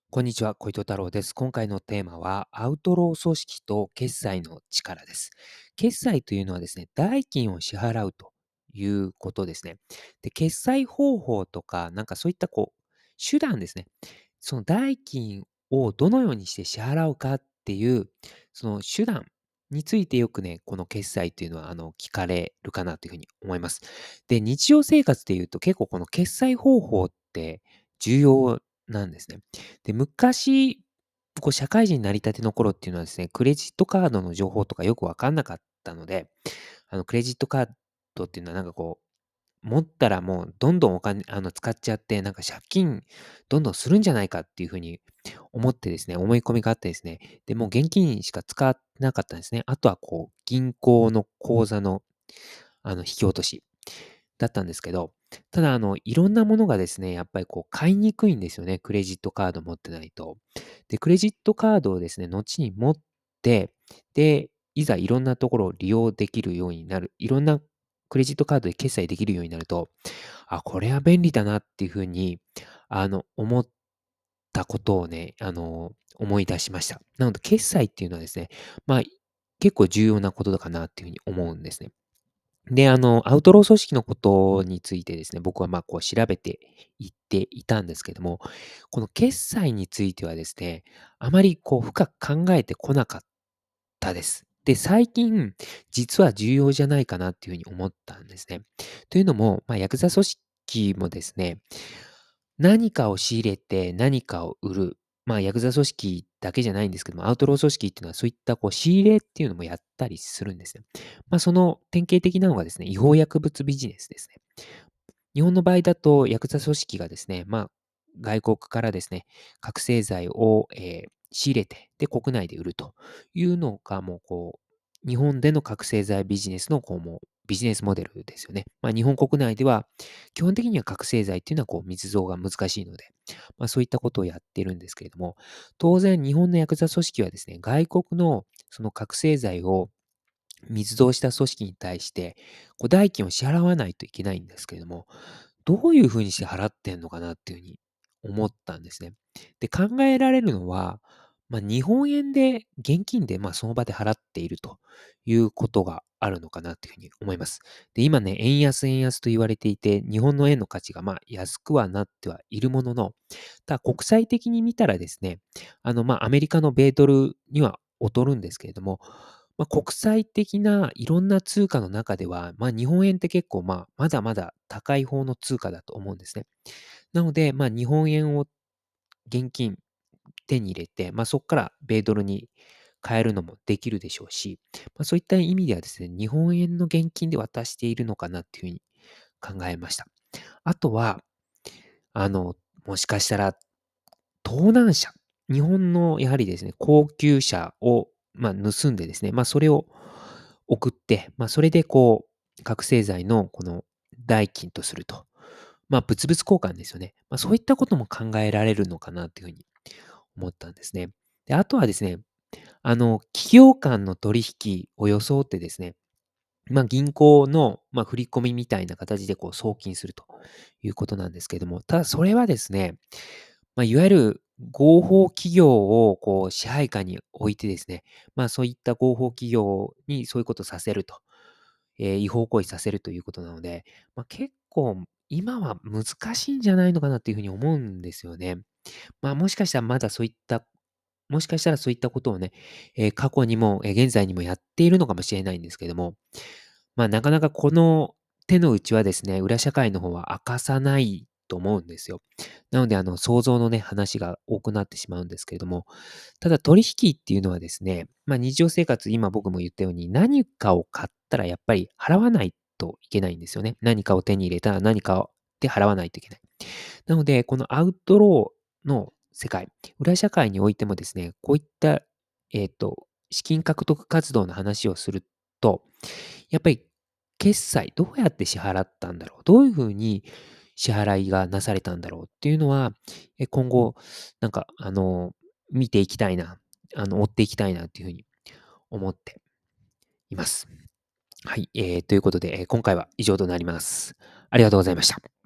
こんにちは、小糸太郎です。今回のテーマは、アウトロー組織と決済の力です。決済というのはですね、代金を支払うということですね。で、決済方法とか、なんかそういった手段ですね。その代金をどのようにして支払うかっていう、その手段についてよくね、この決済というのは、聞かれるかなというふうに思います。で、日常生活で言うと結構この決済方法って重要なんですね。で、昔、社会人になりたての頃っていうのはですね、クレジットカードの情報とかよくわかんなかったので、クレジットカードっていうのはなんか持ったらもうどんどんお金使っちゃって、なんか借金どんどんするんじゃないかっていう風に思ってですね、思い込みがあってですね、で、もう現金しか使ってなかったんですね。あとは銀行の口座の、引き落としだったんですけど、ただいろんなものがですね、やっぱり買いにくいんですよね、クレジットカード持ってないと。で、クレジットカードをですね、後に持って、で、いざいろんなところを利用できるようになる、いろんなクレジットカードで決済できるようになると、あ、これは便利だなっていう風に、思ったことをね、思い出しました。なので、決済っていうのはですね、まあ、結構重要なことかなっていう風に思うんですね。で、アウトロー組織のことについてですね、僕は調べていっていたんですけども、この決済についてはですね、あまり深く考えてこなかったです。で、最近、実は重要じゃないかなっていうふうに思ったんですね。というのも、ヤクザ組織もですね、何かを仕入れて何かを売る。ヤクザ組織だけじゃないんですけども、アウトロー組織っていうのはそういった仕入れっていうのもやったりするんですね。その典型的なのがですね、違法薬物ビジネスですね。日本の場合だと、ヤクザ組織がですね、外国からですね、覚醒剤を、仕入れて、で、国内で売るというのが、日本での覚醒剤ビジネスの、もう、ビジネスモデルですよね。日本国内では、基本的には覚醒剤っていうのは、密造が難しいので、そういったことをやっているんですけれども、当然、日本のヤクザ組織はですね、外国のその覚醒剤を密造した組織に対して、代金を支払わないといけないんですけれども、どういうふうにして払ってんのかなっていうふうに思ったんですね。で、考えられるのは、日本円で現金で、その場で払っているということがあるのかなというふうに思います。で、今ね、円安円安と言われていて、日本の円の価値が安くはなってはいるものの、ただ国際的に見たらですね、アメリカの米ドルには劣るんですけれども、国際的ないろんな通貨の中では、日本円って結構、まだまだ高い方の通貨だと思うんですね。なので、日本円を現金手に入れて、そこから米ドルに変えるのもできるでしょうし、そういった意味ではですね、日本円の現金で渡しているのかなっていうふうに考えました。あとは、あの、もしかしたら盗難車、日本のやはりですね、高級車を、盗んでですね、それを送って、それで覚醒剤のこの代金とすると。物々交換ですよね。そういったことも考えられるのかなっていうふうに思ったんですね。で、あとはですね、企業間の取引を装ってですね、銀行の、振り込みみたいな形で送金するということなんですけれども、ただそれはですね、いわゆる合法企業を支配下に置いてですね、そういった合法企業にそういうことをさせると、違法行為させるということなので、結構今は難しいんじゃないのかなっていうふうに思うんですよね。もしかしたらまだそういったもしかしたらそういったことをね、過去にも、現在にもやっているのかもしれないんですけども、なかなかこの手の内はですね、裏社会の方は明かさないと思うんですよ。なので、想像のね、話が多くなってしまうんですけれども、ただ取引っていうのはですね、日常生活、今僕も言ったように、何かを買ったらやっぱり払わないといけないんですよね。何かを手に入れたら何かで払わないといけない。なので、このアウトローの世界、裏社会においてもですね、こういった、資金獲得活動の話をすると、やっぱり決済、どうやって支払ったんだろう、どういうふうに支払いがなされたんだろうっていうのは、今後、なんか、見ていきたいな、追っていきたいなっていうふうに思っています。はい、ということで、今回は以上となります。ありがとうございました。